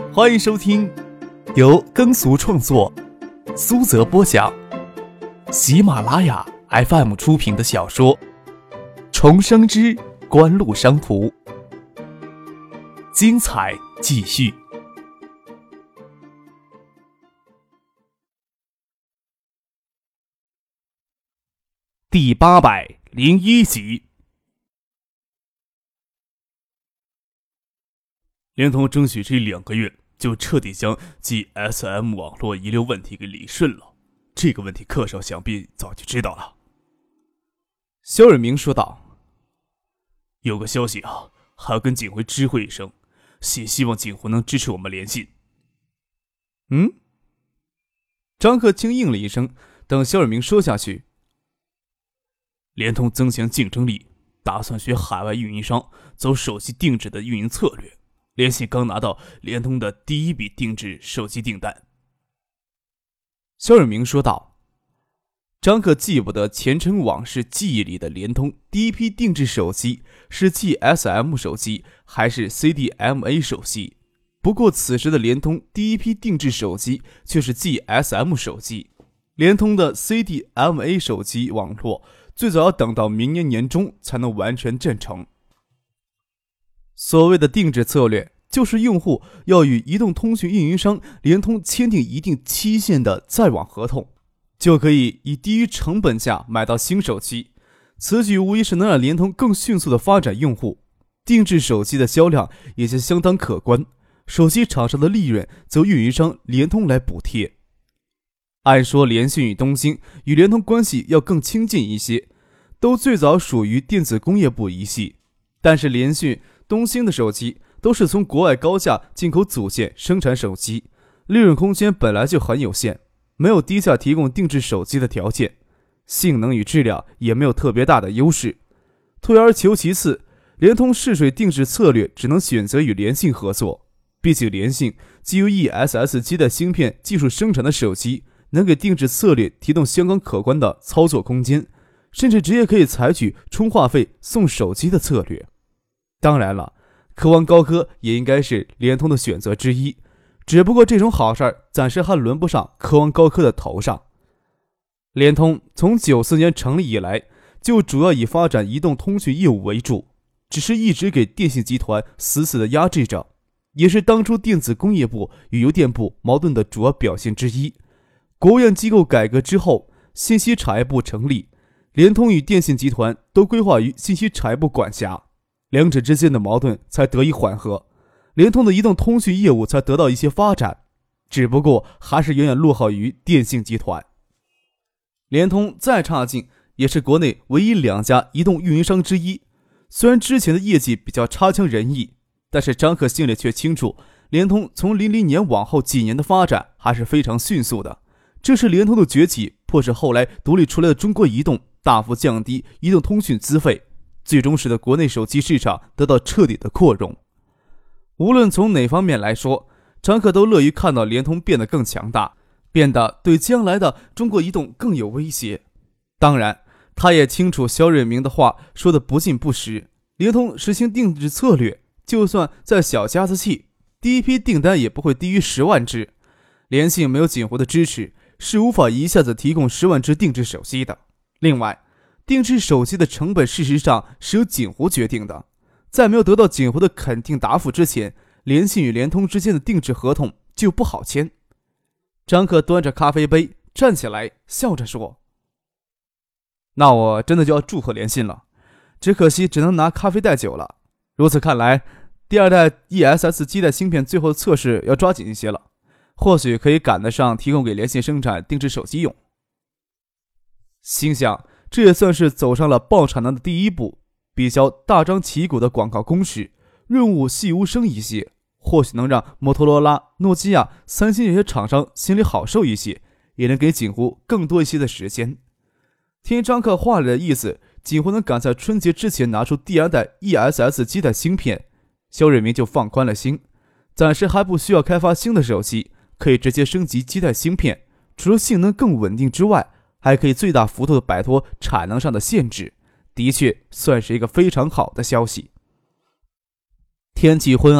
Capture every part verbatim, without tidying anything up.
欢迎收听由耕俗创作、苏泽播讲、喜马拉雅 F M 出品的小说《重生之官路商途》，精彩继续。第八百零一集。连同争取这两个月，就彻底将 G S M 网络遗留问题给理顺了。这个问题客少想必早就知道了。肖远明说道：有个消息啊，还要跟景辉知会一声，也希望景辉能支持我们联信。嗯？张克清应了一声，等肖远明说下去。联通增强竞争力，打算学海外运营商走手机定制的运营策略。联信刚拿到联通的第一笔定制手机订单。肖远明说道。张克记不得前尘往事记忆里的联通第一批定制手机是 G S M 手机还是 C D M A 手机，不过此时的联通第一批定制手机却是 G S M 手机。联通的 C D M A 手机网络最早要等到明年年中才能完全建成。所谓的定制策略，就是用户要与移动通讯运营商联通签订一定期限的在网合同，就可以以低于成本价买到新手机。此举无疑是能让联通更迅速地发展用户，定制手机的销量也是相当可观，手机厂商的利润则运营商联通来补贴。按说联讯与东兴与联通关系要更亲近一些，都最早属于电子工业部一系，但是联讯、东兴的手机都是从国外高价进口组件生产手机，利润空间本来就很有限，没有低价提供定制手机的条件，性能与质量也没有特别大的优势。退而求其次，联通试水定制策略只能选择与联信合作，毕竟联信基于 E S S 基带芯片技术生产的手机能给定制策略提供相当可观的操作空间，甚至直接可以采取充话费送手机的策略。当然了，科王高科也应该是联通的选择之一，只不过这种好事暂时还轮不上科王高科的头上。联通从九四年成立以来，就主要以发展移动通讯业务为主，只是一直给电信集团死死地压制着，也是当初电子工业部与邮电部矛盾的主要表现之一。国务院机构改革之后，信息产业部成立，联通与电信集团都规划于信息产业部管辖，两者之间的矛盾才得以缓和，联通的移动通讯业务才得到一些发展，只不过还是远远落后于电信集团。联通再差劲，也是国内唯一两家移动运营商之一，虽然之前的业绩比较差强人意，但是张克心里却清楚，联通从零零年往后几年的发展还是非常迅速的。这是联通的崛起，迫使后来独立出来的中国移动大幅降低移动通讯资费，最终使得国内手机市场得到彻底的扩容。无论从哪方面来说，张克都乐于看到联通变得更强大，变得对将来的中国移动更有威胁。当然，他也清楚肖瑞明的话说的不尽不实，联通实行定制策略，就算在小家子气，第一批订单也不会低于十万只。联信没有锦湖的支持，是无法一下子提供十万只定制手机的。另外，定制手机的成本事实上是由锦湖决定的，在没有得到锦湖的肯定答复之前，联信与联通之间的定制合同就不好签。张克端着咖啡杯站起来，笑着说：那我真的就要祝贺联信了，只可惜只能拿咖啡代酒了。如此看来，第二代 E S S 基带芯片最后的测试要抓紧一些了，或许可以赶得上提供给联信生产定制手机用。心想，这也算是走上了爆产能的第一步，比较大张旗鼓的广告攻势，润物细无声一些，或许能让摩托罗拉、诺基亚、三星这些厂商心里好受一些，也能给锦湖更多一些的时间。听张克话里的意思，锦湖能赶在春节之前拿出第二代 E S S 基带芯片，肖瑞明就放宽了心，暂时还不需要开发新的手机，可以直接升级基带芯片，除了性能更稳定之外，还可以最大幅度的摆脱产能上的限制，的确算是一个非常好的消息。天气昏暗，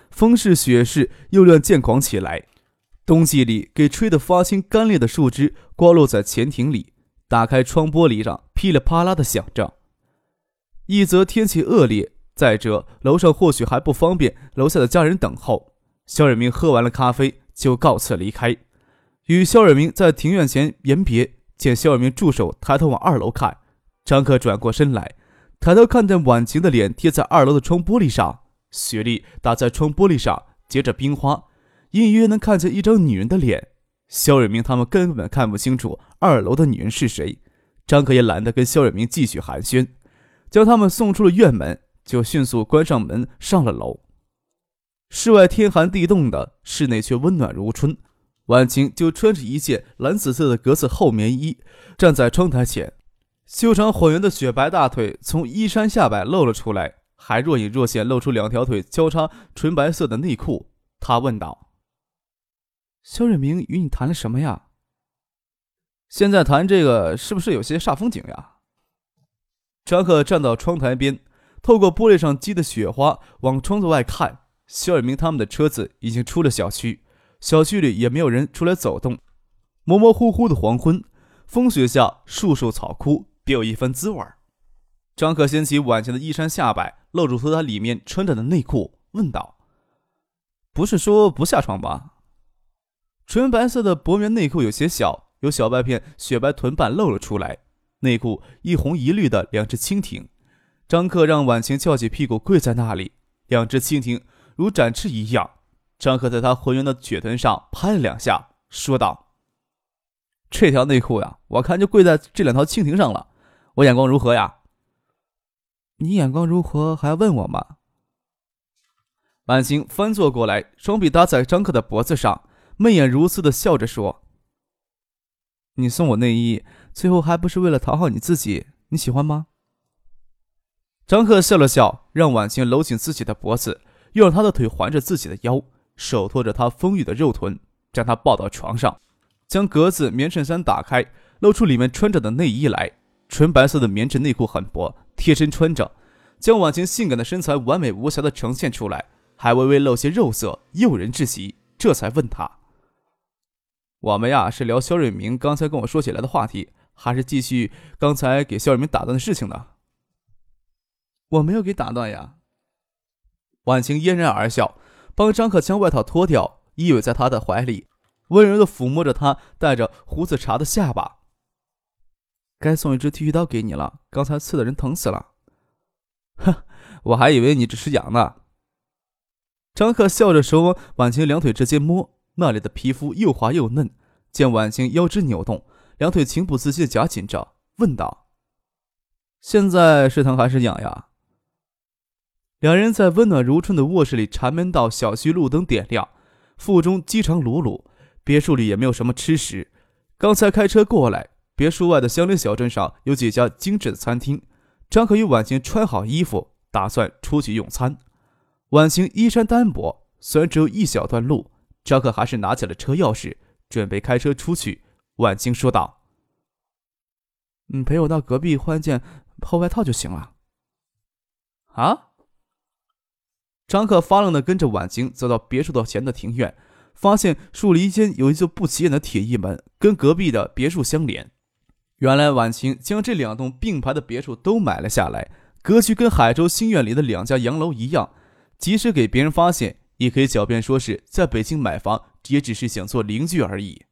风势雪势又乱渐狂起来。冬季里给吹得发青干裂的树枝刮落在前庭里，打开窗玻璃上噼里啪啦的响着。一则天气恶劣，再者楼上或许还不方便楼下的家人等候。肖远明喝完了咖啡就告辞离开。与肖远明在庭院前言别，见肖远明助手抬头往二楼看，张克转过身来，抬头看见婉晴的脸贴在二楼的窗玻璃上，雪粒打在窗玻璃上结着冰花，隐约能看见一张女人的脸。肖远明他们根本看不清楚二楼的女人是谁，张克也懒得跟肖远明继续寒暄，将他们送出了院门，就迅速关上门上了楼。室外天寒地冻的，室内却温暖如春。婉晴就穿着一件蓝紫色的格子厚棉衣，站在窗台前，修长浑圆的雪白大腿从衣衫下摆露了出来，还若隐若现露出两条腿交叉纯白色的内裤。他问道：肖远明与你谈了什么呀？现在谈这个是不是有些煞风景呀？张克站到窗台边，透过玻璃上积的雪花往窗子外看，肖远明他们的车子已经出了小区，小区里也没有人出来走动。模模糊糊的黄昏，风雪下树树草枯，别有一番滋味。张克掀起婉晴的衣衫下摆，露出她里面穿着的内裤，问道：不是说不下床吧？纯白色的薄棉内裤有些小，有小半片雪白臀瓣露了出来，内裤一红一绿的两只蜻蜓。张克让婉晴翘起屁股跪在那里，两只蜻蜓如展翅一样。张克在她浑圆的雪臀上拍了两下，说道：这条内裤呀，我看就跪在这两条蜻蜓上了，我眼光如何呀？你眼光如何还要问我吗？婉晴翻坐过来，双臂搭在张克的脖子上，媚眼如丝的笑着说：你送我内衣，最后还不是为了讨好你自己，你喜欢吗？张克笑了笑，让婉晴搂紧自己的脖子，又让她的腿环着自己的腰，手托着她丰腴的肉臀，将她抱到床上，将格子棉衬衫打开，露出里面穿着的内衣来。纯白色的棉质内裤很薄，贴身穿着，将婉晴性感的身材完美无瑕地呈现出来，还微微露些肉色，诱人至极。这才问他：我们呀，是聊肖瑞明刚才跟我说起来的话题，还是继续刚才给肖瑞明打断的事情呢？我没有给打断呀。婉晴嫣然而笑，帮张克将外套脱掉，依偎在他的怀里，温柔地抚摸着他带着胡子茬的下巴。该送一只剃须刀给你了，刚才刺的人疼死了。哼，我还以为你只是痒呢。张克笑着手往婉晴两腿之间摸，那里的皮肤又滑又嫩，见婉晴腰肢扭动，两腿情不自禁夹紧着，问道：现在是疼还是痒呀？两人在温暖如春的卧室里缠绵到小区路灯点亮，腹中饥肠辘辘。别墅里也没有什么吃食，刚才开车过来，别墅外的相邻小镇上有几家精致的餐厅。张可与婉晴穿好衣服，打算出去用餐。婉晴衣衫单薄，虽然只有一小段路，张可还是拿起了车钥匙，准备开车出去。婉晴说道：你陪我到隔壁换件厚外套就行了。啊？张克发愣地跟着婉晴走到别墅的前的庭院，发现树篱间有一座不起眼的铁艺门，跟隔壁的别墅相连。原来婉晴将这两栋并排的别墅都买了下来，格局跟海州新苑里的两家洋楼一样，即使给别人发现，也可以狡辩说是在北京买房，也只是想做邻居而已。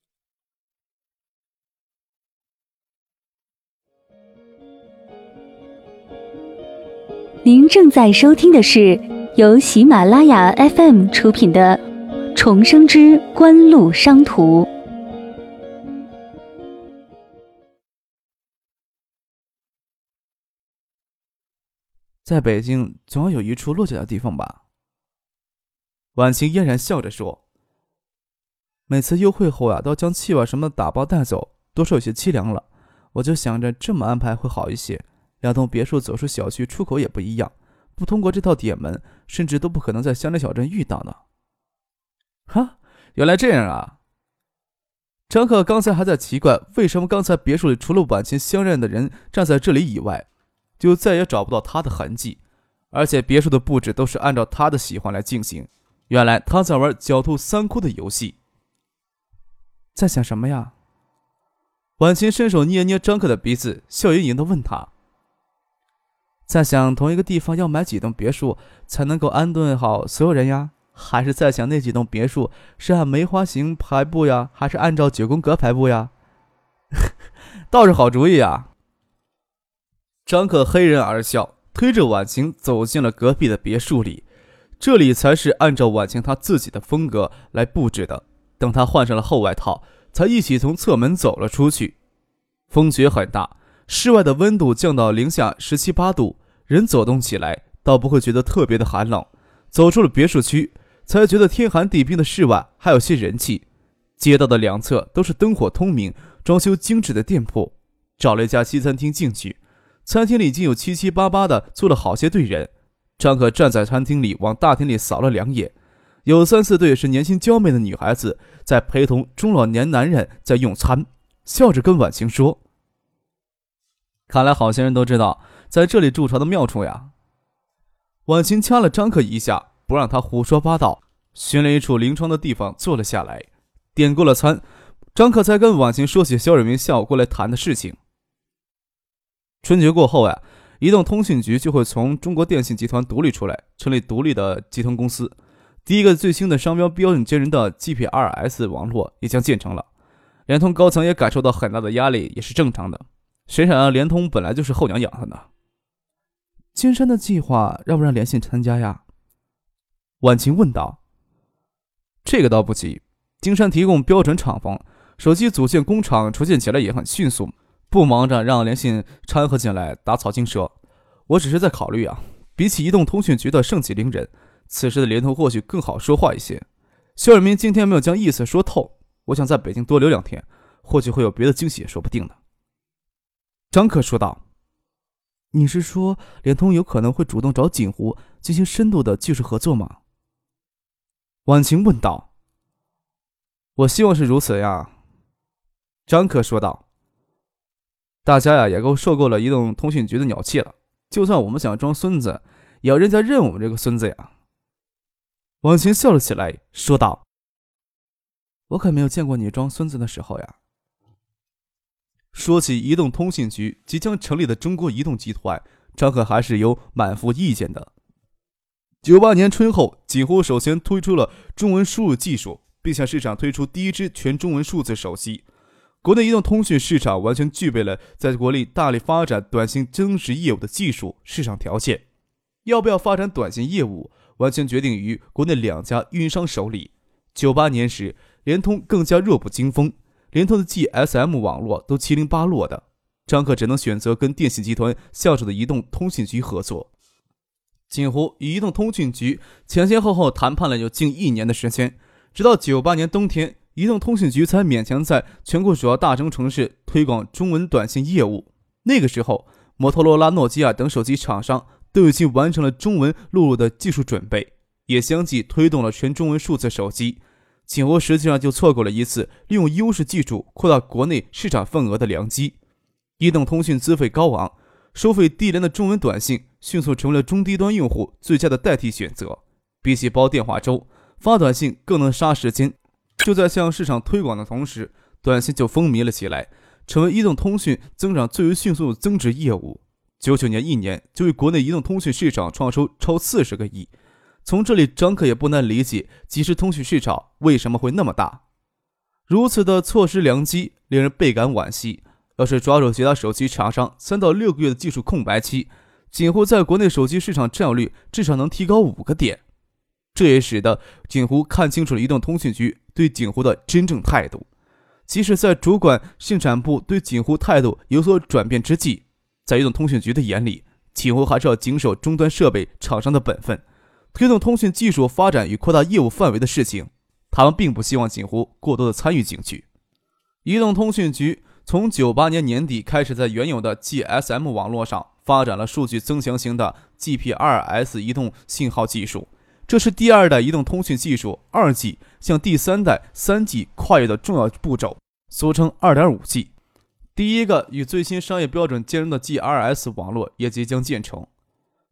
您正在收听的是由喜马拉雅 F M 出品的《重生之官路商途》。 在北京总要有一处落脚的地方吧？婉晴嫣然笑着说：每次幽会后啊，都将气味什么的打包带走，多少有些凄凉了。我就想着这么安排会好一些，两栋别墅走出小区出口也不一样，不通过这套点门，甚至都不可能在乡里小镇遇到呢。哈，原来这样啊！张克刚才还在奇怪，为什么刚才别墅里除了婉晴相认的人站在这里以外，就再也找不到他的痕迹， 而且别墅的布置都是按照他的喜欢来进行。原来他在玩狡兔三窟的游戏。 在想什么呀？ 婉晴伸手捏捏张克的鼻子，笑盈盈地问他。 在想同一个地方要买几栋别墅才能够安顿好所有人呀？还是在想那几栋别墅是按梅花形排布呀，还是按照九宫格排布呀？ 倒是好主意啊！张克嘿然而笑，推着婉晴走进了隔壁的别墅里。这里才是按照婉晴她自己的风格来布置的。等她换上了厚外套，才一起从侧门走了出去。风雪很大，室外的温度降到零下十七八度，人走动起来倒不会觉得特别的寒冷。走出了别墅区，才觉得天寒地冰的室外还有些人气。街道的两侧都是灯火通明、装修精致的店铺。找了一家西餐厅进去，餐厅里已经有七七八八的坐了好些队人。张可站在餐厅里往大厅里扫了两眼，有三四对是年轻娇媚的女孩子在陪同中老年男人在用餐，笑着跟婉晴说：看来好些人都知道在这里筑巢的妙处呀。婉晴掐了张可一下，不让他胡说八道，寻了一处临窗的地方坐了下来，点过了餐，张可才跟婉晴说起肖瑞明下午过来谈的事情。春节过后呀，移动通信局就会从中国电信集团独立出来，成立独立的集团公司。第一个最新的商标标准惊人的 G P R S 网络也将建成了。联通高层也感受到很大的压力，也是正常的。谁想让联通本来就是后娘养的呢？ 金山的计划让不让联信参加呀？ 婉晴问道。这个倒不急，金山提供标准厂房，手机组件工厂筹建起来也很迅速，不忙着让联信掺和进来打草惊蛇。我只是在考虑啊，比起移动通讯局的盛气凌人，此时的联通或许更好说话一些。肖尔明今天没有将意思说透，我想在北京多留两天，或许会有别的惊喜也说不定的。张克说道。 你是说联通有可能会主动找锦湖进行深度的技术合作吗？ 婉晴问道。我希望是如此呀。张克说道。大家呀也够受够了移动通讯局的鸟气了，就算我们想装孙子，也要人家认我们这个孙子呀。婉晴笑了起来，说道： 我可没有见过你装孙子的时候呀。 说起移动通信局即将成立的中国移动集团，张可还是有满腹意见的。九八年春后，锦湖首先推出了中文输入技术，并向市场推出第一支全中文数字手机。国内移动通讯市场完全具备了在国内大力发展短信增值业务的技术市场条件。要不要发展短信业务，完全决定于国内两家运营商手里。九八年时，联通更加弱不禁风，联通的 G S M 网络都七零八落的，张可只能选择跟电信集团下属的移动通信局合作。锦湖与移动通讯局前前后后谈判了有近一年的时间，直到九八年冬天，移动通讯局才勉强在全国主要大中城市推广中文短信业务。那个时候，摩托罗拉、诺基亚等手机厂商都已经完成了中文录入的技术准备，也相继推动了全中文数字手机。锦湖实际上就错过了一次利用优势技术扩大国内市场份额的良机。移动通讯资费高昂，收费低廉的中文短信迅速成为了中低端用户最佳的代替选择。比起煲电话粥，发短信更能杀时间。就在向市场推广的同时，短信就风靡了起来，成为移动通讯增长最为迅速的增值业务。九九年一年就为国内移动通讯市场创收超四十个亿。从这里，张可也不难理解即时通讯市场为什么会那么大。如此的错失良机，令人倍感惋惜。要是抓住其他手机厂商三到六个月的技术空白期，锦湖在国内手机市场占有率至少能提高五个点。这也使得锦湖看清楚了移动通讯局对锦湖的真正态度。即使在主管生产部对锦湖态度有所转变之际，在移动通讯局的眼里，锦湖还是要谨守终端设备厂商的本分，推动通讯技术发展与扩大业务范围的事情，他们并不希望锦湖过多的参与进去。移动通讯局从九八年年底开始，在原有的 G S M 网络上发展了数据增强型的 G P R S 移动信号技术，这是第二代移动通讯技术二 G 向第三代三 G 跨越的重要步骤，俗称 二点五 G。 第一个与最新商业标准兼容的 G R S 网络也即将建成。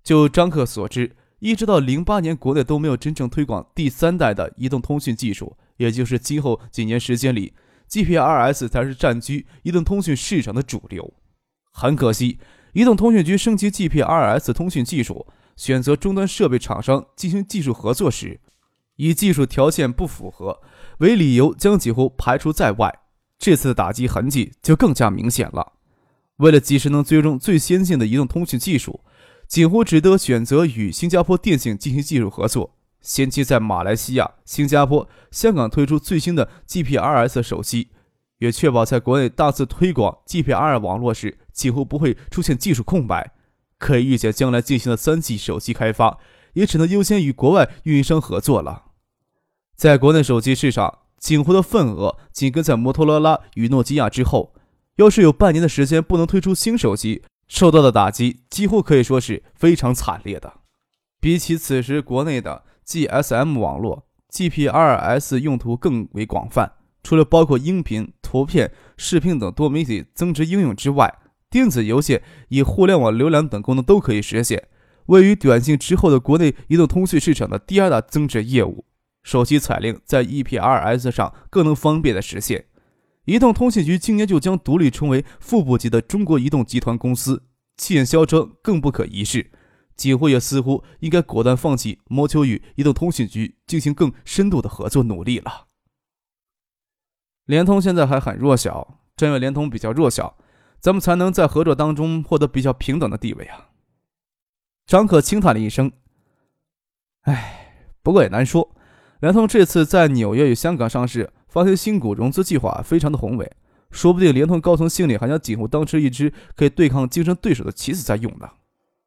就张克所知，一直到零八年国内都没有真正推广第三代的移动通讯技术，也就是今后几年时间里 G P R S 才是占据移动通讯市场的主流。很可惜，移动通讯局升级 G P R S 通讯技术，选择终端设备厂商进行技术合作时，以技术条件不符合为理由将几乎排除在外，这次的打击痕迹就更加明显了。为了及时能追踪最先进的移动通讯技术，锦湖只得选择与新加坡电信进行技术合作，先期在马来西亚、新加坡、香港推出最新的 G P R S 手机，也确保在国内大肆推广 G P R 网络时几乎不会出现技术空白。可以预见将来进行的 三 G 手机开发也只能优先与国外运营商合作了。在国内手机市场，锦湖的份额紧跟在摩托罗拉与诺基亚之后，要是有半年的时间不能推出新手机，受到的打击几乎可以说是非常惨烈的。比起此时国内的 G S M 网络， G P R S 用途更为广泛，除了包括音频、图片、视频等多媒体增值应用之外，电子邮件以互联网浏览等功能都可以实现，位于短信之后的国内移动通讯市场的第二大增值业务。手机彩铃在 E P R S 上更能方便的实现。移动通信局今年就将独立成为副部级的中国移动集团公司，现销称更不可一世。锦湖也似乎应该果断放弃谋求与移动通信局进行更深度的合作努力了。联通现在还很弱小，正因为联通比较弱小，咱们才能在合作当中获得比较平等的地位啊。张可轻叹了一声，唉，不过也难说，联通这次在纽约与香港上市，发行新股融资计划非常的宏伟，说不定联通高层心里还将锦湖当成一支可以对抗竞争对手的棋子在用呢。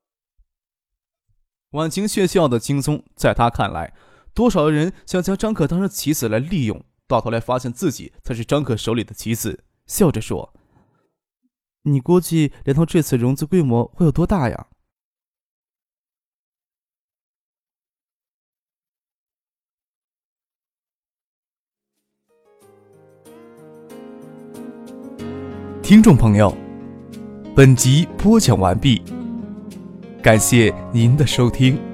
婉晴却笑得轻松，在他看来，多少人想将张可当成棋子来利用，到头来发现自己才是张可手里的棋子，笑着说：“你估计联通这次融资规模会有多大呀？” 听众朋友，本集播讲完毕，感谢您的收听。